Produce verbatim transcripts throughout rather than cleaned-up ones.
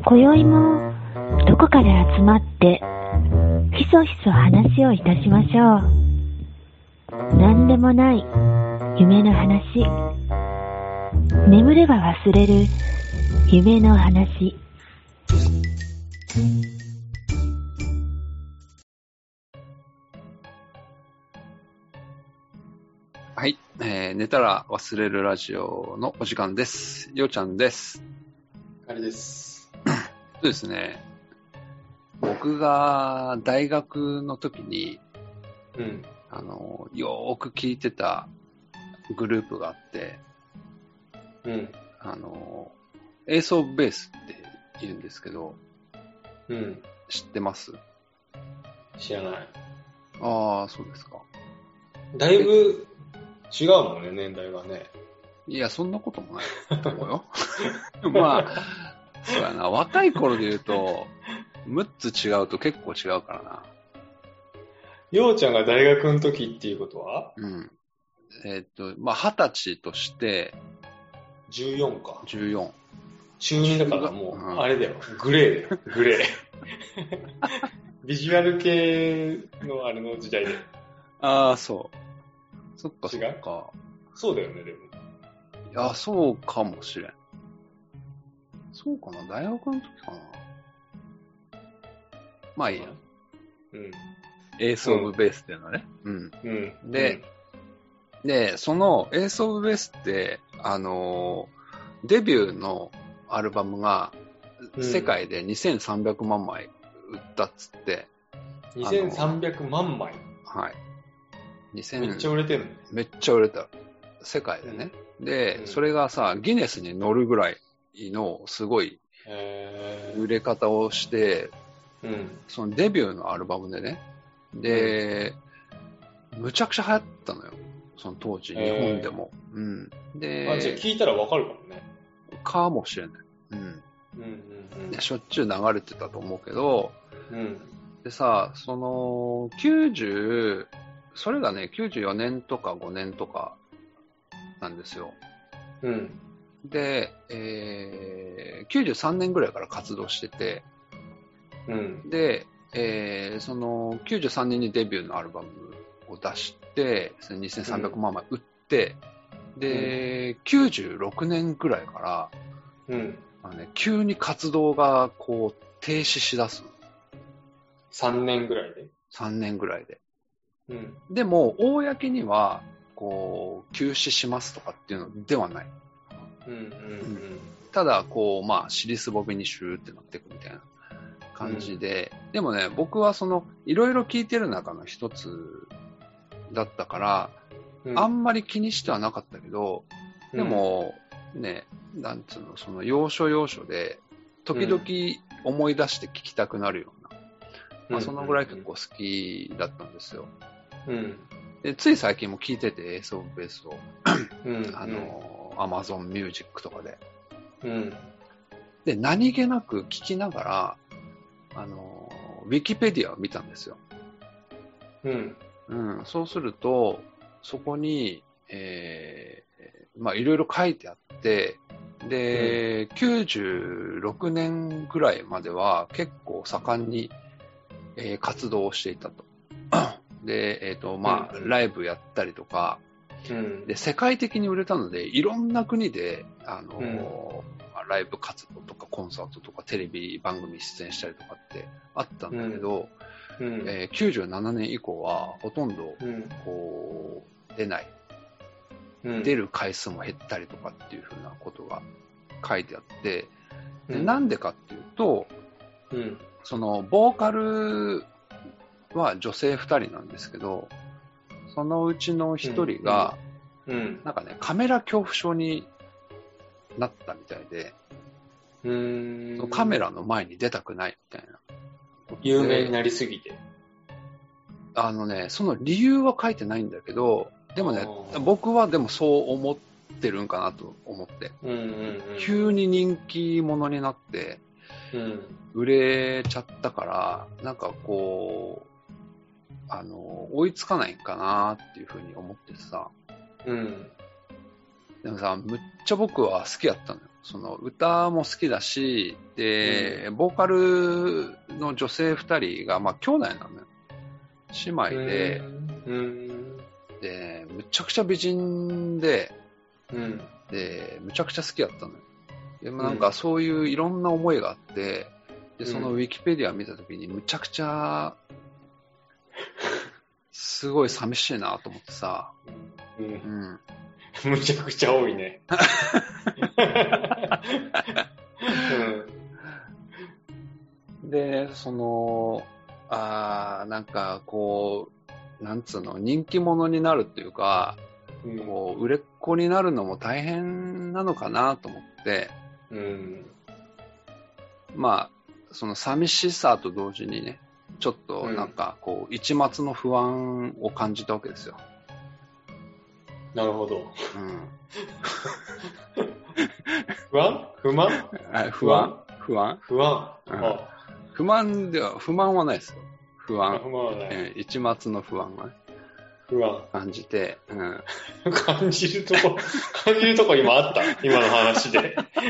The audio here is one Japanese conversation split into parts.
今宵もどこかで集まってひそひそ話をいたしましょう。何でもない夢の話、眠れば忘れる夢の話。 はい、えー、寝たら忘れるラジオのお時間です。ようちゃんです。 あれです。 そうですね。僕が大学の時に、 うん、 あのよーく聞いてたグループがあって、 うん、 あのエースオブベースって言うんですけど、 うん、 知ってます？ 知らない。 ああ、そうですか。 だいぶ違うもんね、年代がね。 いや、そんなこともないと思うよ。まあ、そうやな。若い頃で言うと、むっつ違うと結構違うからな。 ようちゃんが大学の時っていうことはうん。えっと、まあ、二十歳として、 じゅうよんか。 じゅうよん。 中にだからもう、あれだよ。グレーだよ。グレー。ビジュアル系のあれの時代で。 ああ、そう。そっかそ違うっか。 そうだよね、でも。 いや、そうかもしれん。そうかな、大学の時かな。まあいいや。 うん。 エースオブベースっていうのはね。うん。 うん。 で、うん、で、そのエースオブベースって、あのー、デビューのアルバムが世界でにせんさんびゃくまんまい売ったっつって、 うん、にせんさんびゃくまんまい。 はい。にせんめっちゃ売れてるのね。 めっちゃ売れた。世界でね。うん、で、うん、それがさ、ギネスに乗るぐらいのすごい売れ方をして、 うん、 そのデビューのアルバムでね。で、うん、むちゃくちゃ流行ったのよ。その当時、日本でも。うん。で、 あ、じゃあ聞いたらわかるかもね。 かもしれない。うん。 うんうんうん、 でしょっちゅう流れてたと思うけど、 うん、 でさ、その、きゅうじゅう、それがね、きゅうじゅうよねんとかごねんとかなんですよ。 うん。 で、えー、きゅうじゅうさんねんぐらいから活動してて、 うん、 で、えー、そのきゅうじゅうさんねんにデビューのアルバムを出して、にせんさんびゃくまんまい売って、うん、で、うん、きゅうじゅうろくねんぐらいから、うんあのね、急に活動がこう停止しだす。 さんねんぐらいで ? さんねんぐらいで。 うん、 でも、公には、こう、休止しますとかっていうのではない。 うんうんうん、 ただ、こう、まあ、尻すぼみにシューってなっていくみたいな感じで、うん、でもね、僕はその、いろいろ聞いてる中の一つだったから、うん、あんまり気にしてはなかったけど、でも、うん、ね、なんつうの、その、要所要所で、時々思い出して聞きたくなるような、うん、まあ、そのぐらい結構好きだったんですよ。うん、でつい最近も聞いてて、エースオブベースを、うん、あの、Amazon Music とかで。うん、で、何気なく聞きながら、あの、ウィキペディアを見たんですよ。うん。うん、そうすると、そこに、えー、まあ、いろいろ書いてあって、で、うん、きゅうじゅうろくねんぐらいまでは結構盛んに、えー、活動をしていたと。で、えっと、まあ、うん、ライブやったりとか、うん、で、世界的に売れたので、いろんな国で、あの、うん、ライブ活動とかコンサートとかテレビ番組出演したりとかってあったんだけど、うんうんえー、きゅうじゅうななねん以降はほとんど、こう、出ない、うん。出る回数も減ったりとかっていうふうなことが書いてあって、でなんでかっていうと、うん、その、ボーカル、は女性ふたりなんですけど、そのうちのひとりが、うんうん、なんかね、カメラ恐怖症になったみたいで、うーんカメラの前に出たくないみたいな。 有名になりすぎて。 あのね、その理由は書いてないんだけど、でもね、僕はでもそう思ってるんかなと思って。うんうんうん、急に人気者になって、うん、売れちゃったから、なんかこう、あの、追いつかないかなっていうふうに思ってさ。うん。でもさ、むっちゃ僕は好きやったのよ。 その歌も好きだし、で、うん、ボーカルの女性二人が、まあ、兄弟なのよ。姉妹で、うん、で、むちゃくちゃ美人で、うん、で、むちゃくちゃ好きだったのよ。でもなんかそういういろんな思いがあって、で、そのウィキペディア見たときにむちゃくちゃ、すごい寂しいなと思ってさ、うん。 うんむちゃくちゃ多いね。 うん、で、その、あーなんかこう、なんつうの、人気者になるっていうか、うん、こう売れっ子になるのも大変なのかなと思って、うん、まあ、その寂しさと同時にね、ちょっとなんかこう、一抹の不安を感じたわけですよ。 なるほど。うん、不安不満不安不安不安、 うん、不満では、不満はないですよ。不安。不満はない。えー、一抹の不安はね。 不安。 感じて、うん。 感じるとこ、感じるとこ今あった今の話で。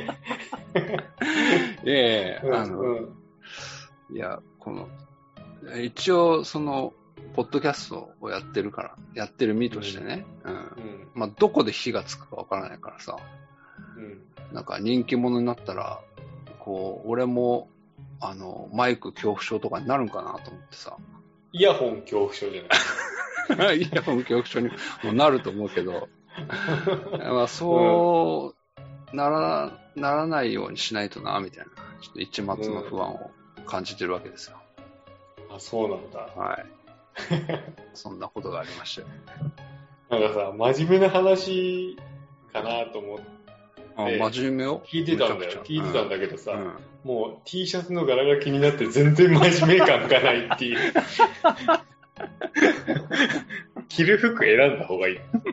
いやいや、あの、うん、いや、この、一応、その、ポッドキャストをやってるから、やってる身としてね、うん。うんうん、まあ、どこで火がつくかわからないからさ、うん、なんか人気者になったら、こう、俺も、あの、マイク恐怖症とかになるんかなと思ってさ。 イヤホン恐怖症じゃないイヤホン恐怖症にもなると思うけど、まあ、そうなら、ならないようにしないとな、みたいな、ちょっと一抹の不安を感じてるわけですよ。 うん、あ、そうなんだ。 はい。そんなことがありましたよ。 なんかさ、真面目な話かなと思って、 あ、真面目を聞いてたんだよ。聞いてたんだけどさ、うん、もう T シャツの柄が気になって全然真面目感がないっていう。着る服選んだ方がいい。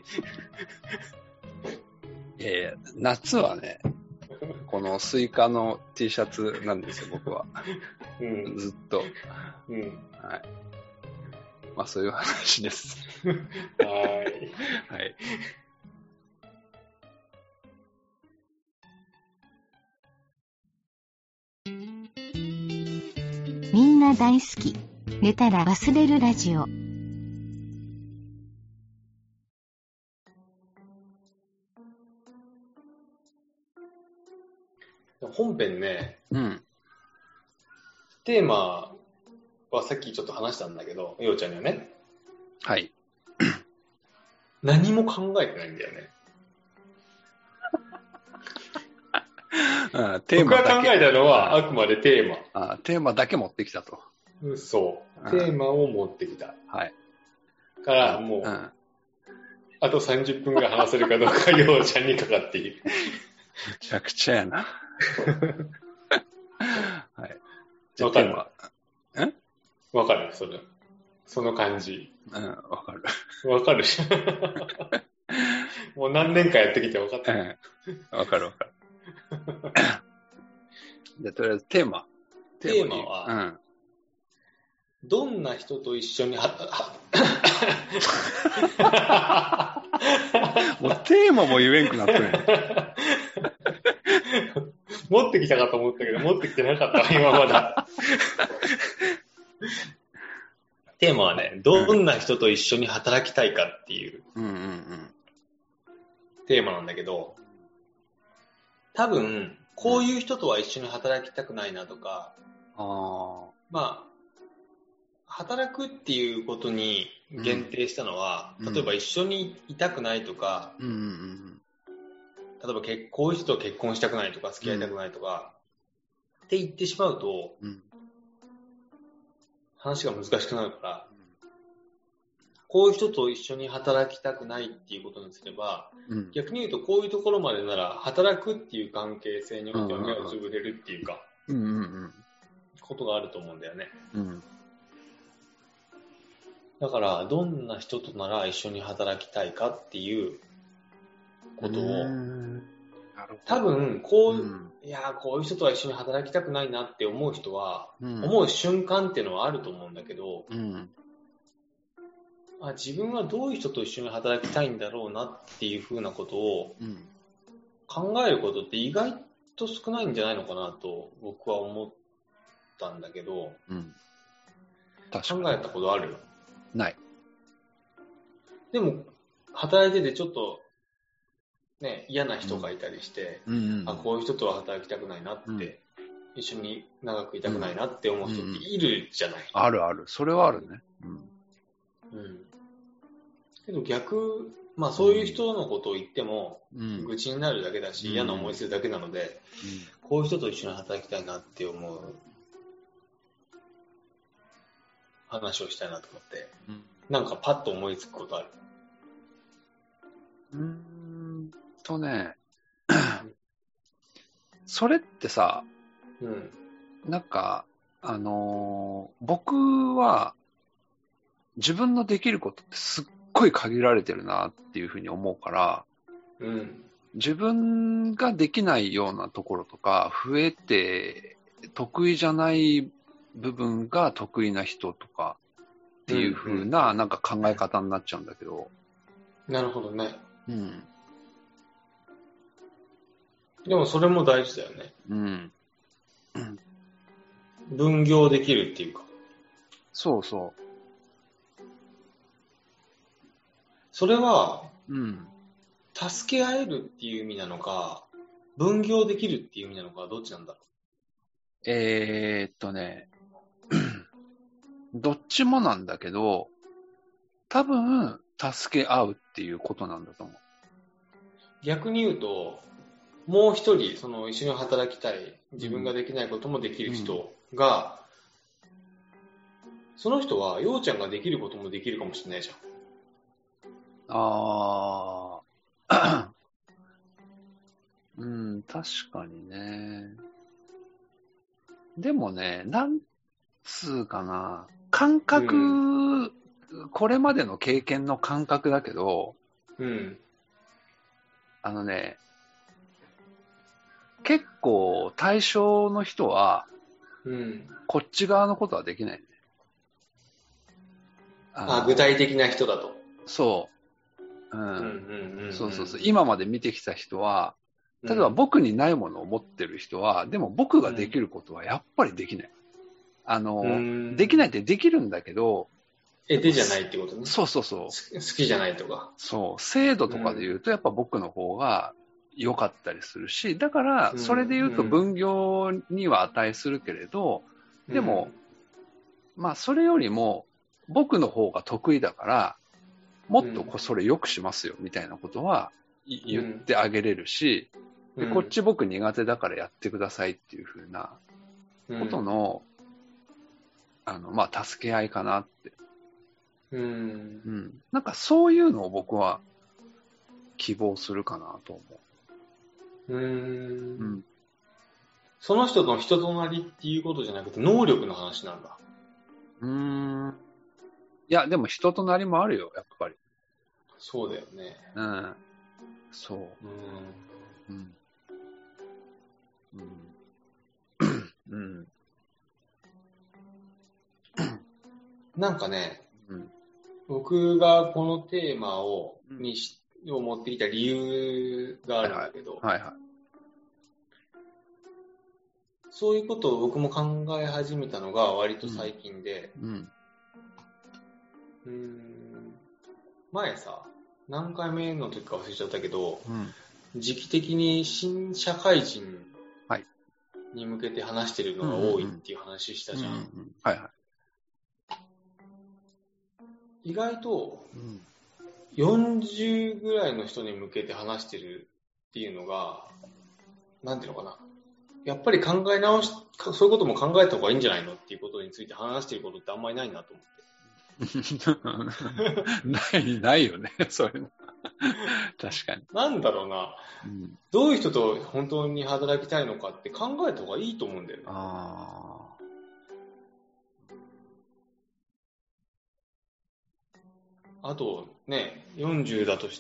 いやいや、夏はね、このスイカの T シャツなんですよ、僕は。うん、ずっと。うん。はい。まあそういう話です。はい。はい。 みんな大好き。寝たら忘れるラジオ。 本編ね、うん、テーマはさっきちょっと話したんだけど、ようちゃんにはね。 はい。 何も考えてないんだよね。 ああテーマ僕が考えたのはあくまでテーマ。 ああテーマだけ持ってきたと。 そう。テーマを持ってきた。 はい。 から、もう、うん、あとさんじゅっぷんぐらい話せるかどうか、ようちゃんにかかっている。 めちゃくちゃやな。はい。 わかるわ。んわかるそれ。その感じ。 うん、わかる。 わかるし。もう何年かやってきてわかった。 うん。わかるわかる。じゃあ、とりあえずテーマ。 テーマは、うん、どんな人と一緒には、 はもうテーマも言えんくなってる。 持ってきたかと思ったけど、持ってきてなかった、今まだ。テーマはね、どんな人と一緒に働きたいかっていう、うんうんうん、テーマなんだけど、多分、こういう人とは一緒に働きたくないなとか、あまあ、働くっていうことに限定したのは、うん、例えば一緒にいたくないとか、うんうんうん、例えば結こういう人と結婚したくないとか付き合いたくないとか、うん、って言ってしまうと、うん、話が難しくなるから、うん、こういう人と一緒に働きたくないっていうことにすれば、うん、逆に言うとこういうところまでなら働くっていう関係性においては目をつぶれるっていうか、うんうんうん、ことがあると思うんだよね。うんだからどんな人となら一緒に働きたいかっていうことを多分こう、うん、いやこういう人とは一緒に働きたくないなって思う人は、うん、思う瞬間っていうのはあると思うんだけど、うん、あ自分はどういう人と一緒に働きたいんだろうなっていうふうなことを考えることって意外と少ないんじゃないのかなと僕は思ったんだけど、うん、確かに考えたことある？ ない。 でも働いててちょっとね嫌な人がいたりして、うんうんうん、あこういう人とは働きたくないなって、うん、一緒に長くいたくないなって思う人っているじゃない？ うんうん、あるある、それはあるね。うん。うん、 けど逆、まあそういう人のことを言っても、うん、愚痴になるだけだし、うん、嫌な思いするだけなので、うん、こういう人と一緒に働きたいなって思う話をしたいなと思って、うん、なんかパッと思いつくことある？ うーんとね、それってさ、うん、なんか、あのー、僕は自分のできることってすっごい限られてるなっていうふうに思うから、うん、自分ができないようなところとか、増えて得意じゃない部分が得意な人とかっていうふうな、なんか考え方になっちゃうんだけど。 なるほどね。うん。でもそれも大事だよね。うん。分業できるっていうか。 そうそう。 それは、うん、助け合えるっていう意味なのか、分業できるっていう意味なのか、どっちなんだろう？ えー、っとね、どっちもなんだけど、多分、助け合うっていうことなんだと思う。 逆に言うと、もう一人、その一緒に働きたい、自分ができないこともできる人が、うん、その人は、ようちゃんができることもできるかもしれないじゃん。 ああ、うん、確かにね。でもね、なんつうかな、感覚、うん、これまでの経験の感覚だけど、うん、あのね、結構対象の人は、うん、こっち側のことはできないね。 ああ、具体的な人だと。 そう。うん。そうそうそう。今まで見てきた人は、例えば僕にないものを持ってる人は、でも僕ができることはやっぱりできない。あの、できないってできるんだけど、 得手じゃないってことね。 そうそうそう。 好きじゃないとか。 そう。精度とかで言うと、やっぱ僕の方が良かったりするし、だから、それで言うと分業には値するけれど、でも、まあ、それよりも、僕の方が得意だから、もっとそれ良くしますよ、みたいなことは言ってあげれるし、でこっち僕苦手だからやってくださいっていう風なことの、あの、まあ、助け合いかなって。うん。うん。なんかそういうのを僕は希望するかなと思う。うーん。 うん。その人の人となりっていうことじゃなくて能力の話なんだ。 うーん。いや、でも人となりもあるよ、やっぱり。 そうだよね。 うん。そう。うん。うん。うん。うん。 なんかね、うん、僕がこのテーマを、にし、を持ってきた理由があるんだけど、はいはいはいはい、そういうことを僕も考え始めたのが割と最近で、うんうん、うーん前さ、何回目の時か忘れちゃったけど、うん、時期的に新社会人に向けて話してるのが多いっていう話したじゃん。うんうんうん、はいはい。意外とよんじゅうぐらいの人に向けて話してるっていうのが、なんていうのかな。やっぱり考え直し、そういうことも考えた方がいいんじゃないのっていうことについて話してることってあんまりないなと思って。 ない、ないよね、そういうの。確かに。 なんだろうな、うん。どういう人と本当に働きたいのかって考えた方がいいと思うんだよね。ああとね、よんじゅうだとして、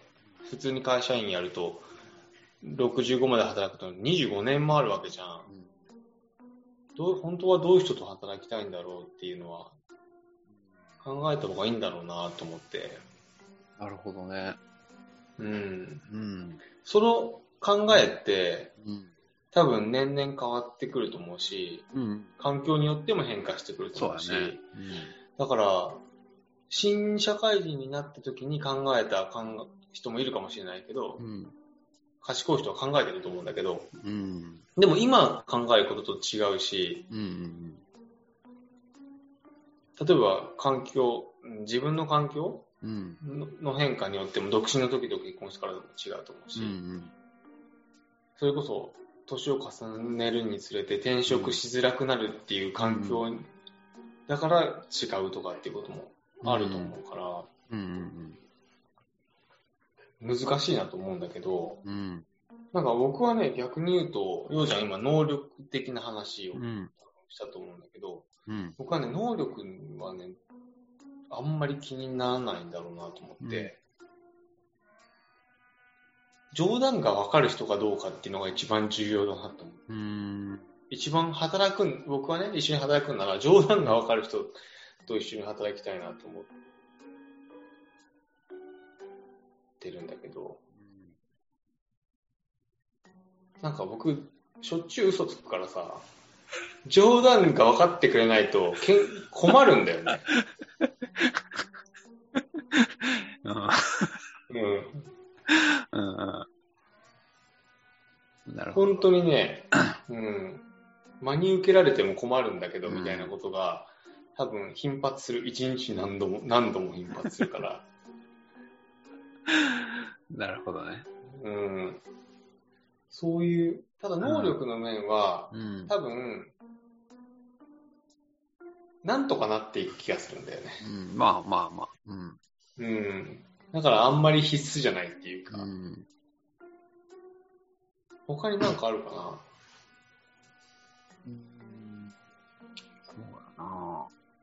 普通に会社員やると、ろくじゅうごまで働くとにじゅうごねんもあるわけじゃん。うん、どう本当はどういう人と働きたいんだろうっていうのは、考えた方がいいんだろうなと思って。 なるほどね。 うん。うん。その考えって、うん、 多分年々変わってくると思うし、うん、環境によっても変化してくると思うし、そうだね、うん、だから新社会人になった時に考えた考え人もいるかもしれないけど、うん、賢い人は考えてると思うんだけど、うん、でも今考えることと違うし、うんうん、例えば環境、自分の環境の変化によっても独身の時と結婚してからでも違うと思うし、うんうん、それこそ年を重ねるにつれて転職しづらくなるっていう環境、うん、だから違うとかっていうこともあると思うから、うんうんうん、難しいなと思うんだけど、うん、なんか僕はね、逆に言うと、ようちゃん今能力的な話をしたと思うんだけど、うん、僕はね、能力はね、あんまり気にならないんだろうなと思って、うん、冗談が分かる人かどうかっていうのが一番重要だなと思う。うーん、一番働く、僕はね、一緒に働くなら冗談が分かる人と一緒に働きたいなと思ってるんだけど、なんか僕、しょっちゅう嘘つくからさ、冗談が分かってくれないとけ困るんだよね。うんうん、なるほど。本当にね、うん、真に受けられても困るんだけど、みたいなことが、多分頻発する。一日何度も、何度も頻発するから。 なるほどね。 うん。そういう、ただ能力の面は、うん、多分、なんとかなっていく気がするんだよね。 うん、まあまあまあ。うん。 うん。だからあんまり必須じゃないっていうか。うん、他に何かあるかな？うん。 そうだな。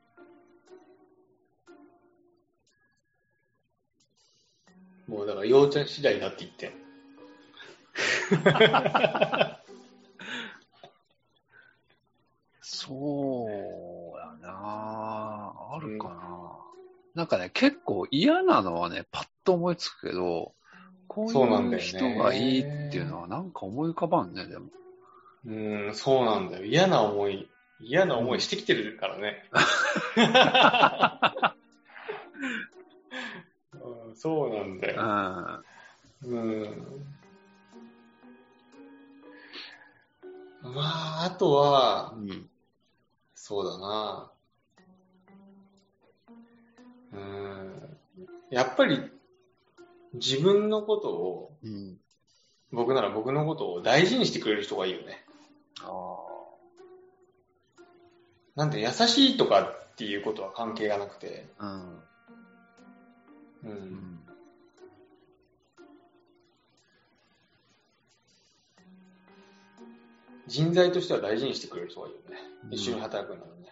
もうだから、ようちゃん次第だって言ってん。 そうやなあるかな、うん、なんかね、結構嫌なのはね、パッと思いつくけど、こういう人がいいっていうのはなんか思い浮かばんね、でも。 うーん、そうなんだよ。嫌な思い、嫌な思いしてきてるからね。うん、そうなんだよ。うん。まあ、あとは、うん、そうだな。うーん。やっぱり、自分のことを、うん、僕なら僕のことを大事にしてくれる人がいいよね。ああ。なんで優しいとかっていうことは関係がなくて。うん。うん。うん、人材としては大事にしてくれる人がいいよね。一緒に働くんだろうね。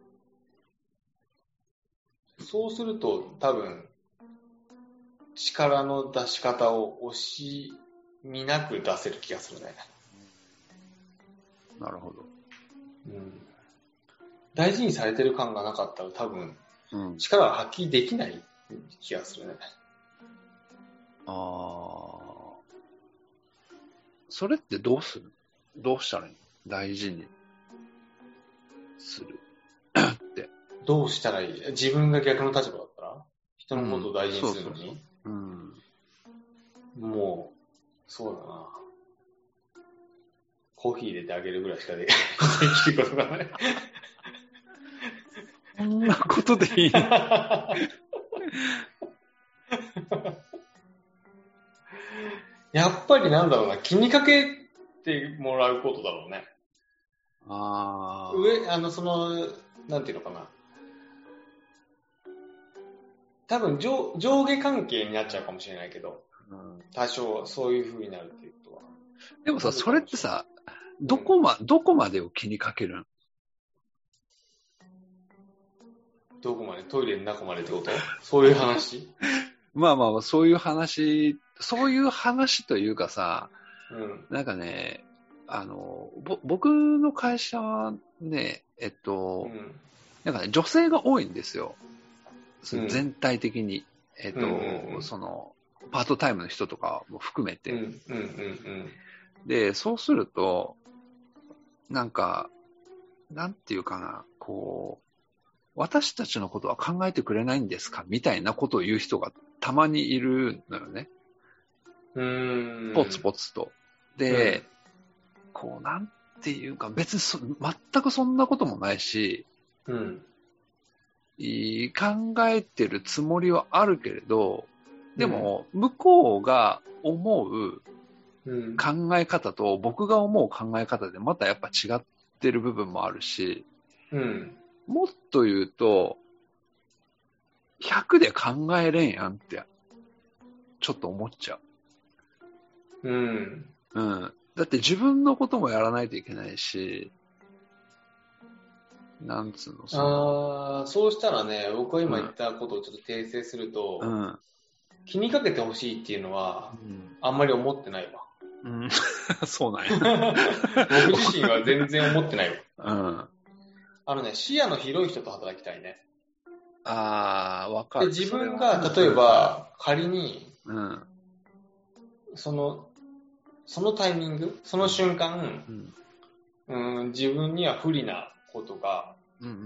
うん、そうすると多分、力の出し方を惜しみなく出せる気がするね。 なるほど。 うん。大事にされてる感がなかったら多分、うん、力は発揮できない気がするね。 ああ。それってどうする？どうしたらいいの？大事にするって。 どうしたらいい？自分が逆の立場だったら人のことを大事にするのに、うん、そうそうそう、うん、もうそうだな。コーヒー入れてあげるぐらいしかできることがない。 そんなことでいいやっぱりなんだろうな、気にかけてもらうことだろうね。ああ。上、あの、その、なんていうのかな。多分上、上下関係になっちゃうかもしれないけど、うん、多少そういう風になるっていうことは。 でもさ、それってさ、どこま、どこまでを気にかけるの？ どこまで？トイレの中までってこと？そういう話？ まあまあ、そういう話、そういう話というかさ、うん、なんかね、あの、ぼ僕の会社はね、えっと、うん、なんかね、女性が多いんですよ。その全体的に、うん、えっと、うん、その、パートタイムの人とかも含めて。うんうんうんうん、で、そうすると、 なんか、なんていうかな、こう、私たちのことは考えてくれないんですかみたいなことを言う人がたまにいるのよね。 うーん。 ポツポツと。で、 うん、 こう、なんていうか、別にそ全くそんなこともないし、 うん、 いい考えてるつもりはあるけれど、でも、向こうが思う考え方と僕が思う考え方でまたやっぱ違ってる部分もあるし、 うん、 もっと言うと、ひゃくで考えれんやんって、ちょっと思っちゃう。うん。 う。うん。だって自分のこともやらないといけないし、なんつうの、その。 ああ、そうしたらね、僕が今言ったことをちょっと訂正すると、 うん。 気にかけてほしいっていうのは、うん、あんまり思ってないわ。 うん、そうなんや。 僕自身は全然思ってないわ。 うん。 あのね、視野の広い人と働きたいね。 ああ、わかる。 で、自分が、例えば、仮に、うん、その、そのタイミング、その瞬間、うんうん、自分には不利なことが、うんうんうん、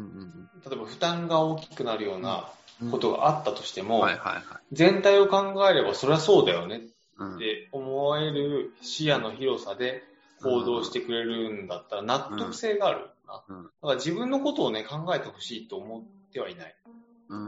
例えば負担が大きくなるようなことがあったとしても、全体を考えればそりゃそうだよねって思える視野の広さで行動してくれるんだったら納得性があるな。だから自分のことをね、考えてほしいと思ってはいない。うん、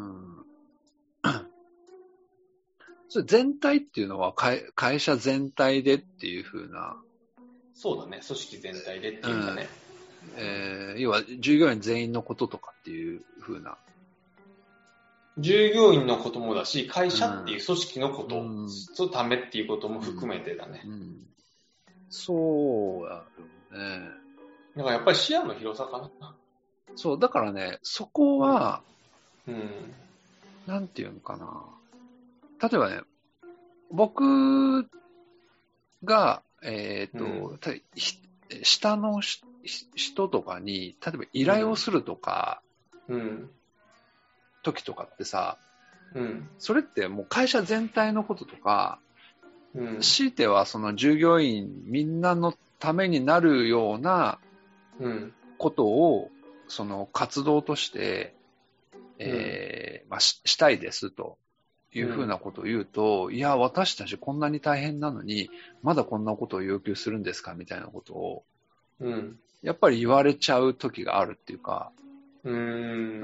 それ全体っていうのは会、会社全体でっていう風な。 そうだね、組織全体でっていうんだね。 うん、えー、要は従業員全員のこととかっていう風な。 従業員のこともだし、会社っていう組織のこと、うん、そのためっていうことも含めてだね。うんうん、 そうやよね。 だからやっぱり視野の広さかな。 そう、だからね、そこは、 うん、 なんていうのかな。例えばね、僕が、えっと、うん、下の人とかに、例えば依頼をするとか、うん、時とかってさ、うん、それってもう会社全体のこととか、うん、強いてはその従業員みんなのためになるようなことを、その活動として、えーうんまあ、し, したいですというふうなことを言うと、うん、いや、私たちこんなに大変なのに、まだこんなことを要求するんですかみたいなことを、うん、やっぱり言われちゃう時があるっていうか、うーん、うん、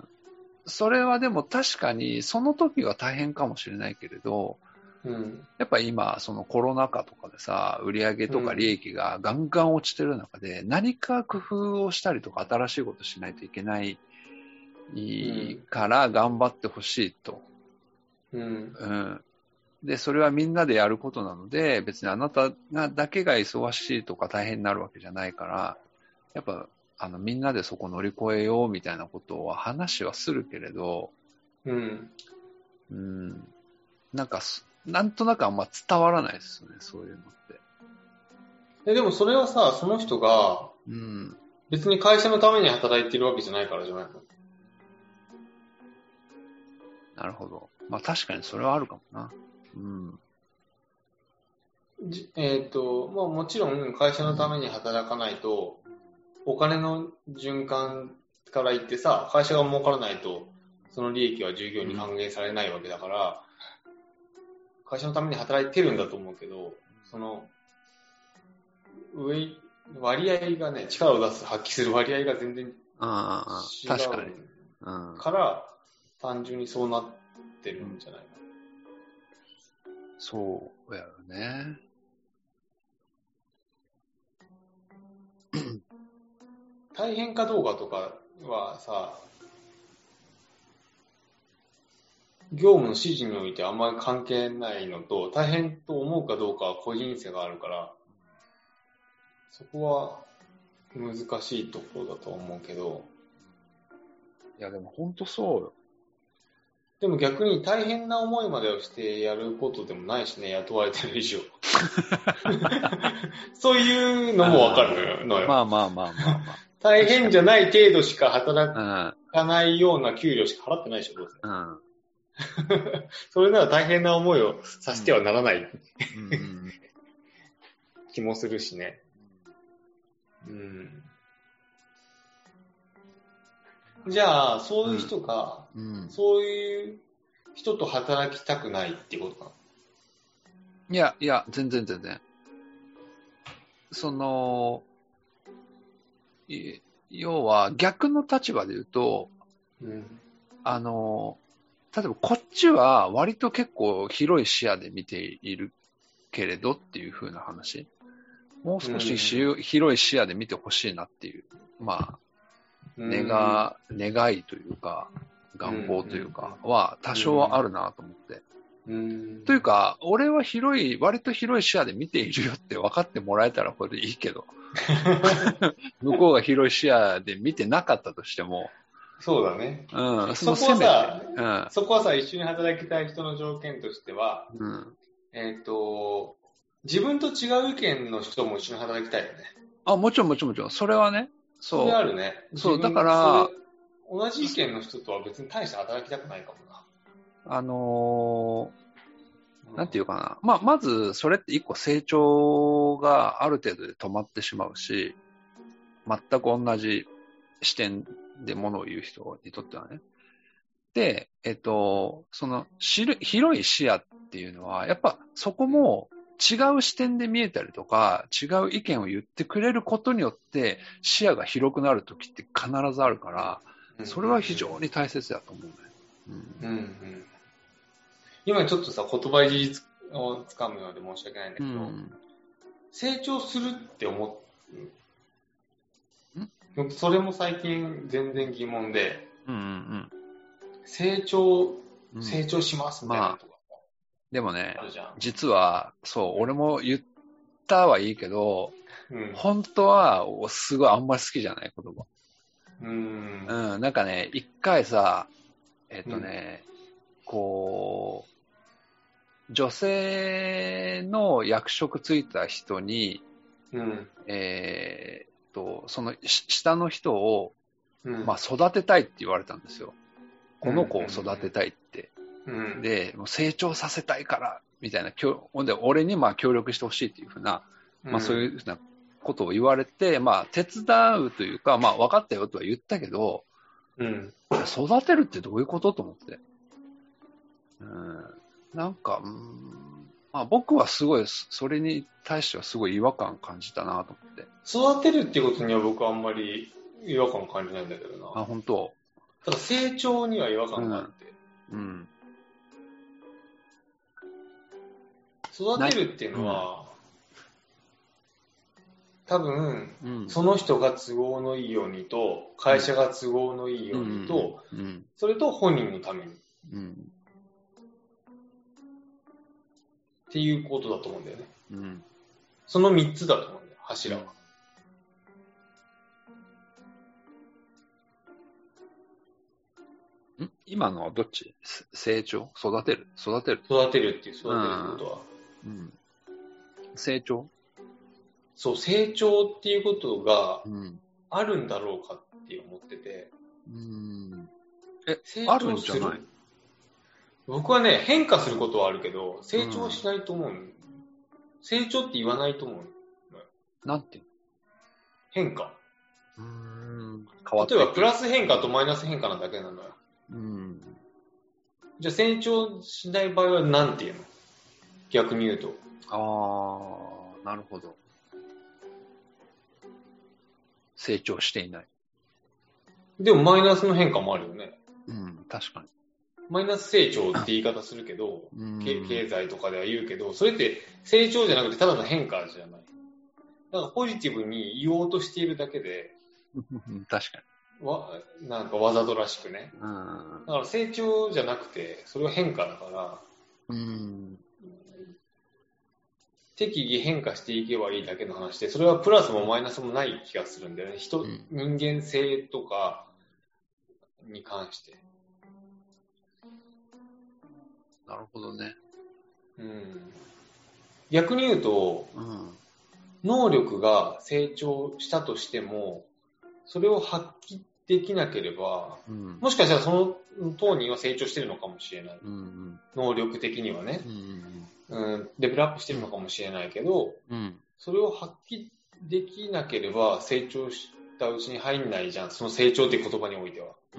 それはでも確かにその時は大変かもしれないけれど、うん、やっぱ今そのコロナ禍とかでさ、売上とか利益がガンガン落ちてる中で、何か工夫をしたりとか新しいことしないといけないから頑張ってほしいと、うんうん。で、それはみんなでやることなので、別にあなたがだけが忙しいとか大変になるわけじゃないから、やっぱあのみんなでそこ乗り越えようみたいなことは話はするけれど、うん、うん、なんかなんとなくあんま伝わらないですよね、そういうのって。 え、でもそれはさ、その人が、うん、別に会社のために働いてるわけじゃないからじゃないの？ なるほど。まあ確かにそれはあるかもな。うん。 えっと、まあもちろん会社のために働かないと、お金の循環から言ってさ、会社が儲からないと、その利益は従業員に還元されないわけだから、会社のために働いてるんだと思うけど、その、上、割合がね、力を出す、発揮する割合が全然違う。 ああ、確かに。 うん、から、単純にそうなってるんじゃないの？ そうやよね。 大変かどうかとかはさ、業務の指示においてあんまり関係ないのと、大変と思うかどうかは個人差があるから、そこは難しいところだと思うけど。 いやでも本当そうよ。 でも逆に大変な思いまでをしてやることでもないしね、雇われてる以上。そういうのもわかるのよ。 まあまあまあまあまあ。 大変じゃない程度しか働かないような給料しか払ってないでしょ、どうせ。うん、それなら大変な思いをさせてはならない、うん、気もするしね。 うん。じゃあ、そういう人が、うんうん、そういう人と働きたくないっていうことかな。 いや、いや、全然全然。その、要は逆の立場で言うと、うん、あの、例えばこっちは割と結構広い視野で見ているけれどっていう風な話。もう少しし、うん、広い視野で見てほしいなっていう、まあ、願、うん、願いというか、願望というかは多少はあるなと思って。うん、というか、俺は広い、割と広い視野で見ているよって分かってもらえたらこれでいいけど。向こうが広い視野で見てなかったとしても。 そうだね。 うん。 そこはさ、うん、そこはさ、一緒に働きたい人の条件としては、うん、えっと、自分と違う意見の人も一緒に働きたいよね。 あ、もちろんもちろんもちろん。それはね。そう。 それあるね。 そう、だから、 同じ意見の人とは別に大して働きたくないかもな。 あのー、なんていうかな。まあ、まず、それって一個成長がある程度で止まってしまうし、全く同じ視点でものを言う人にとってはね。で、えっと、その、広い視野っていうのは、やっぱそこも違う視点で見えたりとか、違う意見を言ってくれることによって、視野が広くなるときって必ずあるから、それは非常に大切だと思うね。 うんうんうん、今ちょっとさ、言葉いじりをつかむので申し訳ないんだけど、うん、成長するって思う、それも最近全然疑問で、うんうんうん、成長、成長しますみたいなとか、 まあ、でもね、実は、そう、俺も言ったはいいけど、うん、本当はすごいあんまり好きじゃない言葉。うん、うん、なんかね、一回さ、えっとね、うん、こう、女性の役職ついた人に、うん、えー、っと、その下の人を、うん、まあ育てたいって言われたんですよ。この子を育てたいって。うん、で、もう成長させたいから、みたいな、で俺にまあ協力してほしいっていうふうな、まあそういうふうなことを言われて、まあ手伝うというか、まあ分かったよとは言ったけど、うん、育てるってどういうことと思って。うん、なんか、うん、まあ僕はすごい、それに対してはすごい違和感感じたなと思って。 育てるっていうことには僕はあんまり違和感感じないんだけどな。 あ、本当。 ただ成長には違和感があって。うん。うん、育てるっていうのは、うん、多分、うん、その人が都合のいいようにと、会社が都合のいいようにと、うんうん、それと本人のために、うん。っていうことだと思うんだよね。うん、その三つだと思うんだよ、柱は。 ん今のはどっち？成長？育てる？育てる？ 育てるっていう、育てるってことは。うん。 成長？ そう、成長っていうことがあるんだろうかって思ってて。うん。 え、成長する？あるんじゃない？ 僕はね、変化することはあるけど、成長しないと思う。うん、成長って言わないと思う。 なんて？ 変化。うーん。変わって例えば、プラス変化とマイナス変化なだけなのよ。うん。じゃあ、成長しない場合は何て言うの？逆に言うと。 あー、なるほど。成長していない。 でも、マイナスの変化もあるよね。 うん、確かに。 マイナス成長って言い方するけど、経済とかでは言うけど、それって成長じゃなくてただの変化じゃない。だからポジティブに言おうとしているだけで、 確かに。わ、なんかわざとらしくね。うん、だから成長じゃなくて、それは変化だから、うん、適宜変化していけばいいだけの話で、それはプラスもマイナスもない気がするんだよね。人、うん、人間性とかに関して。 なるほどね。 うん、逆に言うと、うん、能力が成長したとしても、それを発揮できなければ、うん、もしかしたらその当人は成長してるのかもしれない。うんうん、能力的にはね、うんうんうん、レベルアップしてるのかもしれないけど、うん、それを発揮できなければ成長したうちに入んないじゃん。その成長っていう言葉においては。うん。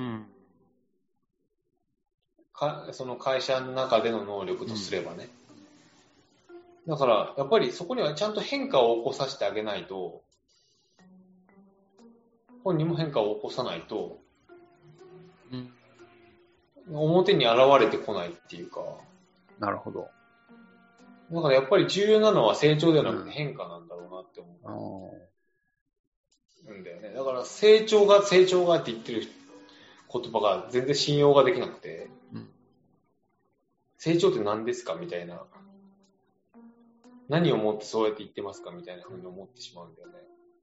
かその会社の中での能力とすればね。うん、だから、やっぱりそこにはちゃんと変化を起こさせてあげないと、本人も変化を起こさないと、うん、表に現れてこないっていうか。 なるほど。 だからやっぱり重要なのは成長ではなくて変化なんだろうなって思う。うんだよね。だから成長が成長がって言ってる言葉が全然信用ができなくて、うん、成長って何ですかみたいな。何をもってそうやって言ってますかみたいな風に思ってしまうんだよね。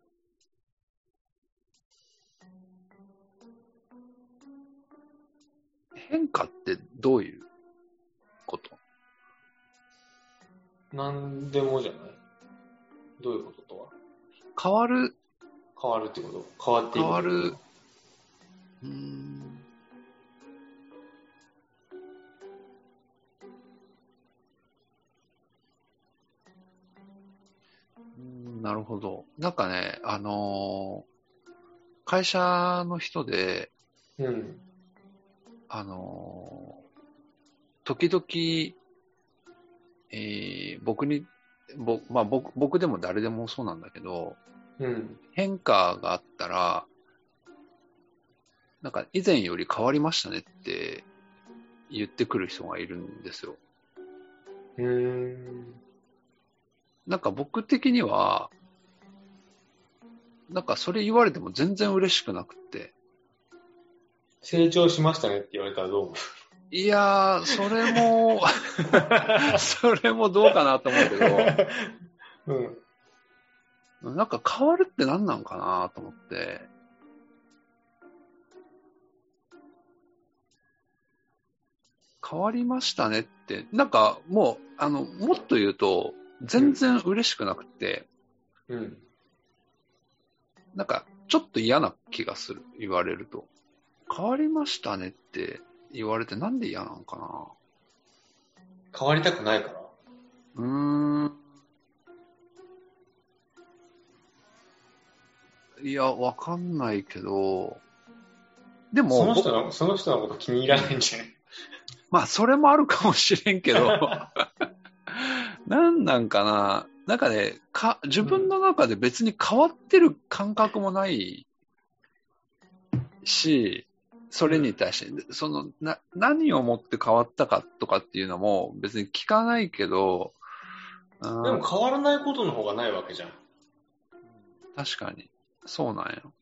変化ってどういうこと？ 何でもじゃない？どういうこととは？ 変わる。 変わるってこと？変わっていく。 変わる。うーん。うんなるほど。なんかね、あのー、会社の人で、うん、あのー、時々、えー、僕に、ぼまあ、僕、僕でも誰でもそうなんだけど、うん、変化があったら、なんか以前より変わりましたねって言ってくる人がいるんですよ。うーん。なんか僕的には、なんかそれ言われても全然嬉しくなくって。 成長しましたねって言われたらどう思う？ いやー、それも、それもどうかなと思うけど、うん、なんか変わるって何なんかなと思って、変わりましたねって、なんかもう、あの、もっと言うと、全然嬉しくなくて、うん、なんかちょっと嫌な気がする、言われると。変わりましたねって言われてなんで嫌なんかな。 変わりたくないから？ うーん。いや、わかんないけど、でも、 その人の、その人のこと気に入らないんじゃない？ まあ、それもあるかもしれんけど、なんなんかな。なんかね、か、自分の中で別に変わってる感覚もないし、それに対して、その、な、何をもって変わったかとかっていうのも別に聞かないけど、 でも変わらないことの方がないわけじゃん。 確かに。そうなんよ。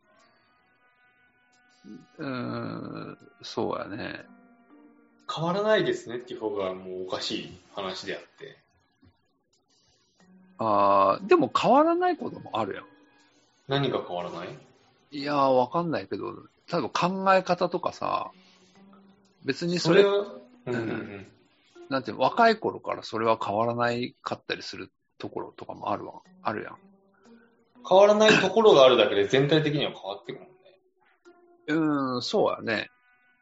うーん、そうやね。 変わらないですねっていう方がもうおかしい話であって。 ああ、でも変わらないこともあるやん。 何が変わらない？ いやー、わかんないけど、多分考え方とかさ、別にそれ、それは、うんうんうん、なんていうの、若い頃からそれは変わらないかったりするところとかもあるわ、あるやん。 変わらないところがあるだけで全体的には変わってくるもんね。 うーん、そうやね。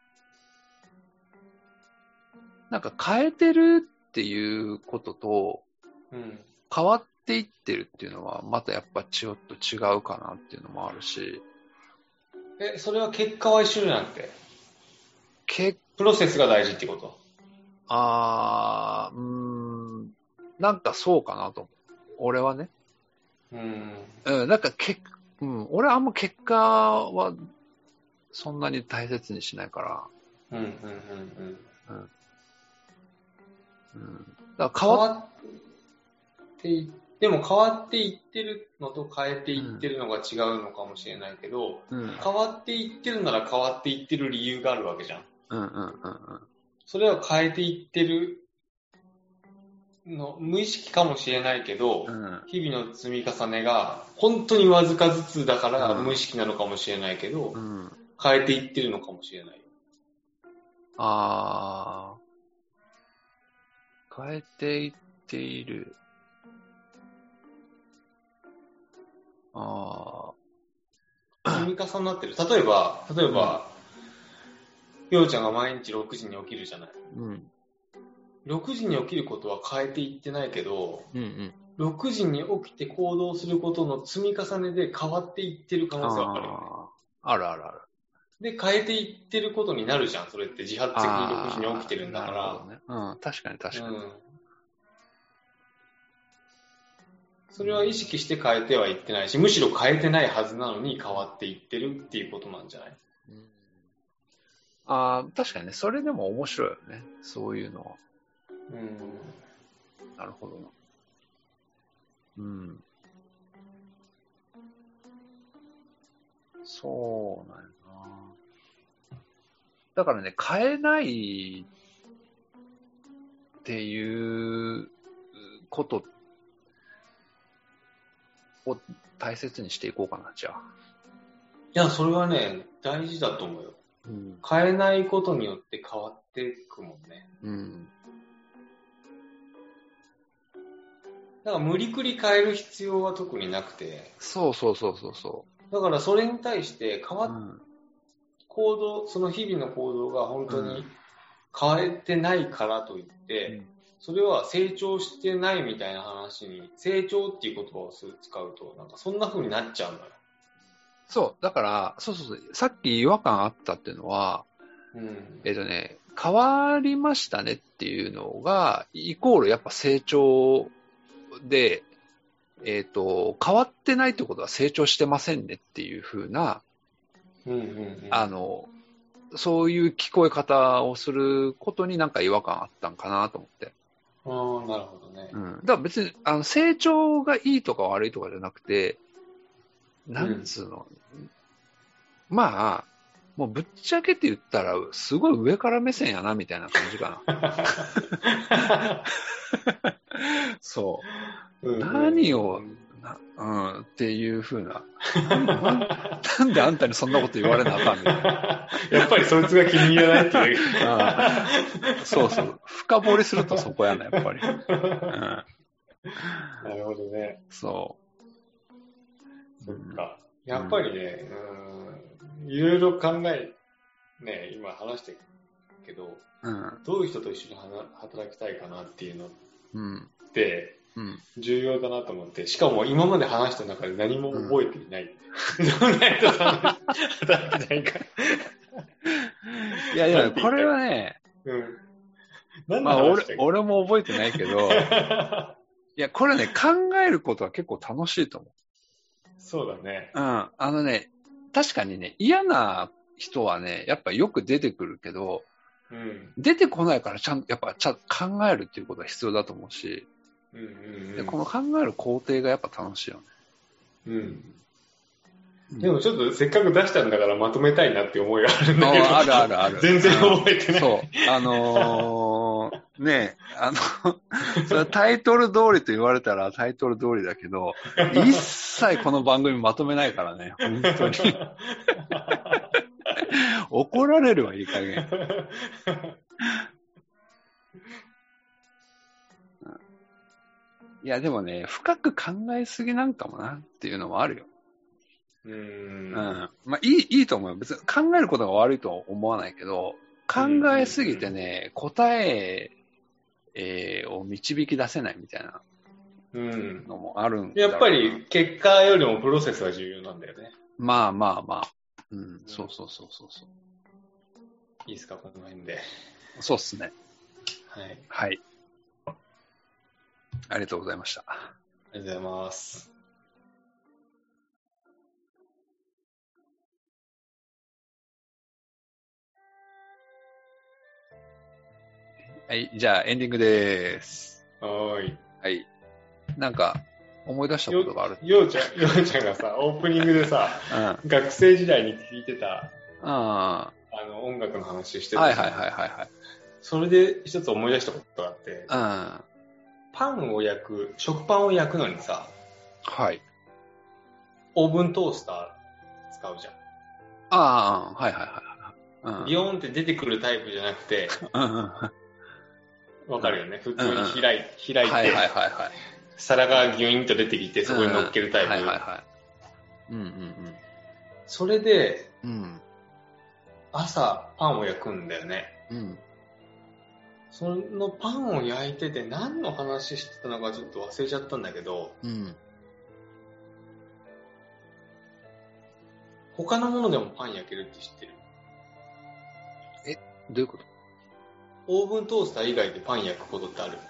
なんか変えてるっていうことと、うん、変わっていってるっていうのはまたやっぱちょっと違うかなっていうのもあるし。 え、それは結果は一緒じゃなくて、 けプロセスが大事ってこと？ あー、うーん、なんかそうかなと思う。俺はね。うん。うん、なんかけ、うん、俺はあんま結果はそんなに大切にしないから。うんうんうんうん。うんうん、だから変わっていでも変わっていってるのと変えていってるのが違うのかもしれないけど、うん、変わっていってるなら変わっていってる理由があるわけじゃん。うんうんうんうん。それは変えていってるの無意識かもしれないけど、うん、日々の積み重ねが本当にわずかずつだから無意識なのかもしれないけど、うん、変えていってるのかもしれない。 あー。変えていっている。ああ。積み重なってる。例えば、例えば、ようちゃんが毎日ろくじに起きるじゃない。うん。ろくじに起きることは変えていってないけど、うんうん、 ろくじに起きて行動することの積み重ねで変わっていってる可能性があるよね。 あるあるある。 で、変えていってることになるじゃん。それって自発的にろくじに起きてるんだから。なるほどね。 うん、確かに確かに。うん、 それは意識して変えてはいってないし、むしろ変えてないはずなのに変わっていってるっていうことなんじゃない？うん、 ああ、確かにね。それでも面白いよね。そういうのは。うん。なるほどな。うん。そうなんやな。だからね、変えないっていうことを大切にしていこうかな、じゃあ。 いや、それはね、大事だと思うよ。うん、変えないことによって変わっていくもんね。うん。だから無理くり変える必要は特になくて。 そうそうそうそうそう。 だからそれに対して変わっ、うん、行動、その日々の行動が本当に変えてないからといって、うん、それは成長してないみたいな話に、成長っていう言葉を使うと、なんかそんな風になっちゃうのよ。 そう、だから、そうそうそう、さっき違和感あったっていうのは、うん、えっとね、変わりましたねっていうのが、イコールやっぱ成長で、えっと、変わってないってことは成長してませんねっていう風な、うんうんうん、あの、そういう聞こえ方をすることになんか違和感あったんかなと思って。 ああ、なるほどね。 うん。だから別に、あの、成長がいいとか悪いとかじゃなくて、なんつうの、うん、まあ、もうぶっちゃけて言ったら、すごい上から目線やな、みたいな感じかな。そう。うん、何を、な、うん、っていう風なな。なんであんたにそんなこと言われなあかんみたいな。 やっぱりそいつが気に入らないっていう。 ああそうそう。深掘りするとそこやな、やっぱり。うん、なるほどね。 そう。 そっか。やっぱりね、うん、いろいろ考え、ね、今話してるけど、うん、どういう人と一緒に働きたいかなっていうのって、うん、重要だなと思って、しかも今まで話した中で何も覚えていない。うん、どんな人と働きたいか。 いやいや、これはね、うん、何の話だっけ？まあ、俺、俺も覚えてないけど、いや、これね、考えることは結構楽しいと思う。 そうだね。 うん。あのね、確かにね、嫌な人はね、やっぱよく出てくるけど、うん、出てこないからちゃんと、やっぱちゃんと考えるっていうことが必要だと思うし、うんうんうん、でこの考える工程がやっぱ楽しいよね。うん。 うん、でもちょっとせっかく出したんだからまとめたいなって思いがあるんだけど。 あるあるある。 全然覚えてない。 そう。あのー、ねあの、それタイトル通りと言われたらタイトル通りだけど、一切この番組まとめないからね、本当に。怒られるわ、いい加減。いや、でもね、深く考えすぎなんかもなっていうのもあるよ。うーん。うん。まあ、いい、いいと思うよ。別に考えることが悪いとは思わないけど、考えすぎてね、答え、えー、を導き出せないみたいなのもあるんだろうな。 やっぱり結果よりもプロセスが重要なんだよね。 まあまあまあ。うん、うん、そうそうそうそうそう。 いいですか、この辺で。 そうっすね。 はい。 はい。ありがとうございました。 ありがとうございます。 はい、じゃあエンディングでーす。 はーい。 はい。なんか、思い出したことがある。 ようちゃん、ようちゃんがさ、オープニングでさ、うん、学生時代に聞いてた、あの、音楽の話してた。 はいはいはいはいはい。 それで一つ思い出したことがあって、うん、パンを焼く、食パンを焼くのにさ、 はい。 オーブントースター使うじゃん。 ああ、はいはいはい。 うん、ビヨーンって出てくるタイプじゃなくて、わかるよね。普通に開い、うん、開いて、はいはいはいはい、皿がギュインと出てきて、そこに乗っけるタイプ。はいはいはい。うんうんうん。それで、うん、朝パンを焼くんだよね。うん。 そのパンを焼いてて何の話してたのかちょっと忘れちゃったんだけど、うん、他のものでもパン焼けるって知ってる？ え、どういうこと？ オーブントースター以外でパン焼くことってある？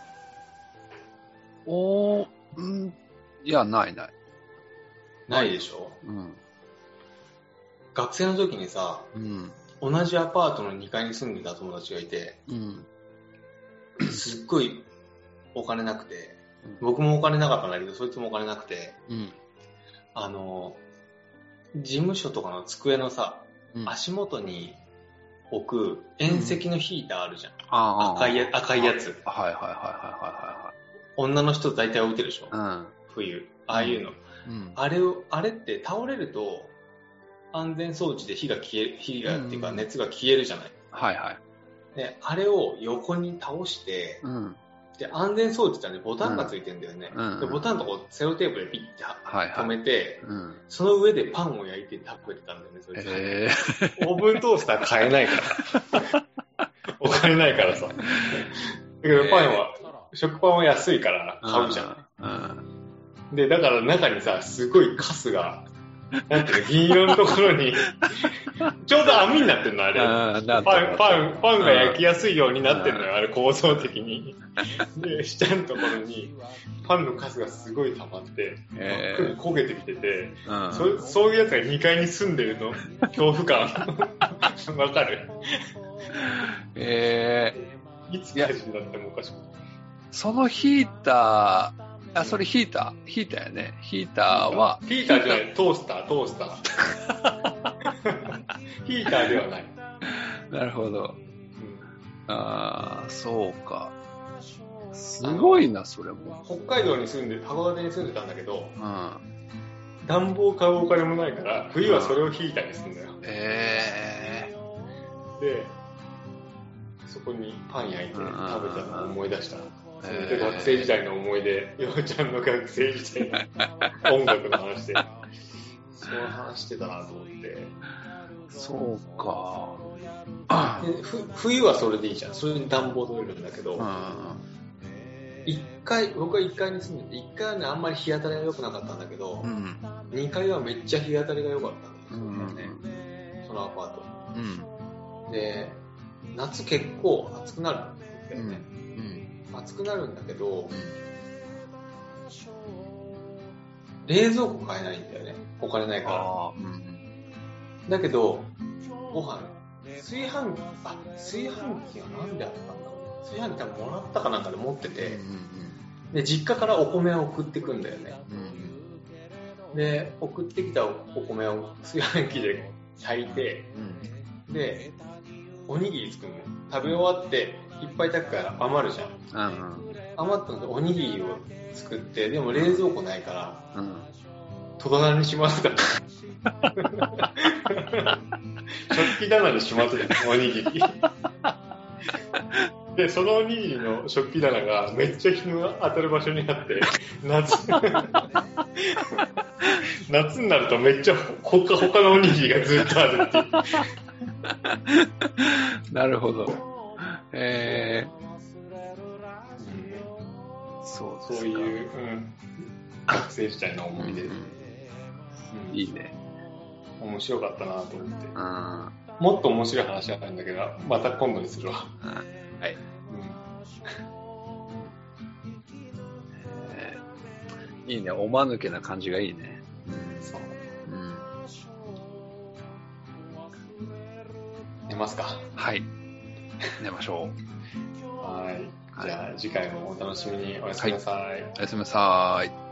おー、うん、いや、ないない。 ないでしょ？うん。学生の時にさ、うん、同じアパートのにかいに住んでた友達がいて、うん、すっごいお金なくて、僕もお金なかったんだけど、そいつもお金なくて、うん、あの、事務所とかの机のさ、うん、足元に置く遠赤のヒーターあるじゃん。うん、赤いや、赤いやつ。 はいはいはいはいはい。 女の人大体置いてるでしょ、うん、冬。ああいうの、うん。あれを、あれって倒れると、安全装置で火が消え、火がっていうか熱が消えるじゃない。 はいはい。 で、あれを横に倒して、うん、で、安全装置ってね、ボタンがついてるんだよね。うん、で、ボタンのとこセロテープでピッて止めて、はいはい、うん、その上でパンを焼いて食べてたんだよね、それ。へー。オーブントースター買えないから。お金ないからさ。だけどパンは、食パンは安いから買うじゃん。うんうん、で、だから中にさ、すごいカスが、なんていうの、銀色のところに、ちょうど網になってんの、あれ。あパン、パン、パンが焼きやすいようになってんのよ、あれ構造的に。で、下のところに、パンのカスがすごい溜まって、えー、焦げてきてて、うんそ、そういうやつがにかいに住んでるの、恐怖感。わかる？えー、いつ火事になってもおかしくない。 そのヒーター、あ、それヒーター、ヒーターやね。ヒーターは。 ヒーターじゃない、トースター、トースター。ヒーターではない。 なるほど。うん、ああ、そうか。すごいな、それも。 北海道に住んで、函館に住んでたんだけど、うん、暖房買うお金もないから、冬はそれをヒーターにするんだよ。えー、で、そこにパン焼いて食べたのを思い出した。えー、学生時代の思い出、ようちゃんの学生時代の音楽の話で、そういう話してたなと思って。 そうか。 でふ冬はそれでいいじゃん。それに暖房取れるんだけど、一回、僕は一階に住んでて、一階はね、あんまり日当たりが良くなかったんだけど、うん、二階はめっちゃ日当たりが良かったんですよね、うん、そのアパート。うん、で、夏結構暑くなるんだよね。うん、暑くなるんだけど、冷蔵庫買えないんだよね。お金ないから。うん、だけど、ご飯、炊飯器、あ、炊飯器は何であったんだろう。炊飯器多分もらったかなんかで持ってて、うんうんうん、で、実家からお米を送ってくんだよね。うん、で、送ってきたお米を炊飯器で炊いて、うん、で、おにぎり作るの。食べ終わって、いっぱい炊くから余るじゃん。うんうん、余ったのでおにぎりを作って、でも冷蔵庫ないから、うん、戸棚にしまってた。食器棚にしまってた、おにぎり。で、そのおにぎりの食器棚がめっちゃ日の当たる場所にあって、夏、夏になるとめっちゃほかほかのおにぎりがずっとあるっていう。 なるほど。えーうん、そうそういう、うん、学生時代の思い出、うんうんうん、いいね。 面白かったなと思って、うん、もっと面白い話あるんだけどまた今度にするわ、うん、はい、うんえー、いいね。おまぬけな感じがいいね、うん、そう、うん、 寝ますか。 はい、寝ましょう。はい、じゃあ次回もお楽しみに。おやすみなさい、はい、 おやすみなさい。